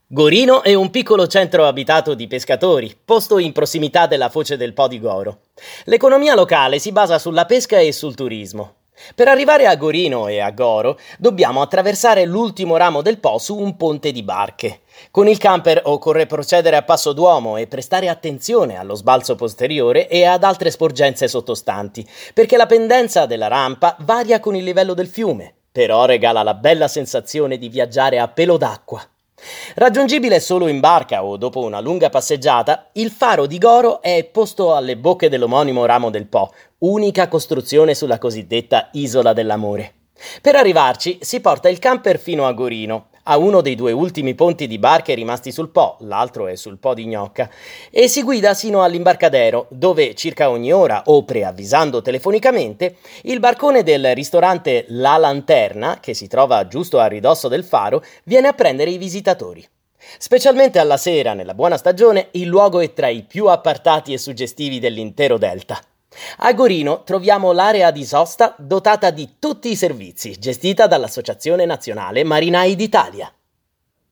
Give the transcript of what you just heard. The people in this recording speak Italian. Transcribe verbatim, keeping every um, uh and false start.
Gorino è un piccolo centro abitato di pescatori, posto in prossimità della foce del Po di Goro. L'economia locale si basa sulla pesca e sul turismo. Per arrivare a Gorino e a Goro dobbiamo attraversare l'ultimo ramo del Po su un ponte di barche. Con il camper occorre procedere a passo d'uomo e prestare attenzione allo sbalzo posteriore e ad altre sporgenze sottostanti, perché la pendenza della rampa varia con il livello del fiume, però regala la bella sensazione di viaggiare a pelo d'acqua. Raggiungibile solo in barca o dopo una lunga passeggiata, il faro di Goro è posto alle bocche dell'omonimo ramo del Po, unica costruzione sulla cosiddetta Isola dell'Amore. Per arrivarci si porta il camper fino a Gorino, a uno dei due ultimi ponti di barche rimasti sul Po, l'altro è sul Po di Gnocca, e si guida sino all'imbarcadero, dove circa ogni ora o preavvisando telefonicamente, il barcone del ristorante La Lanterna, che si trova giusto a ridosso del faro, viene a prendere i visitatori. Specialmente alla sera, nella buona stagione, il luogo è tra i più appartati e suggestivi dell'intero delta. A Gorino troviamo l'area di sosta dotata di tutti i servizi, gestita dall'Associazione Nazionale Marinai d'Italia.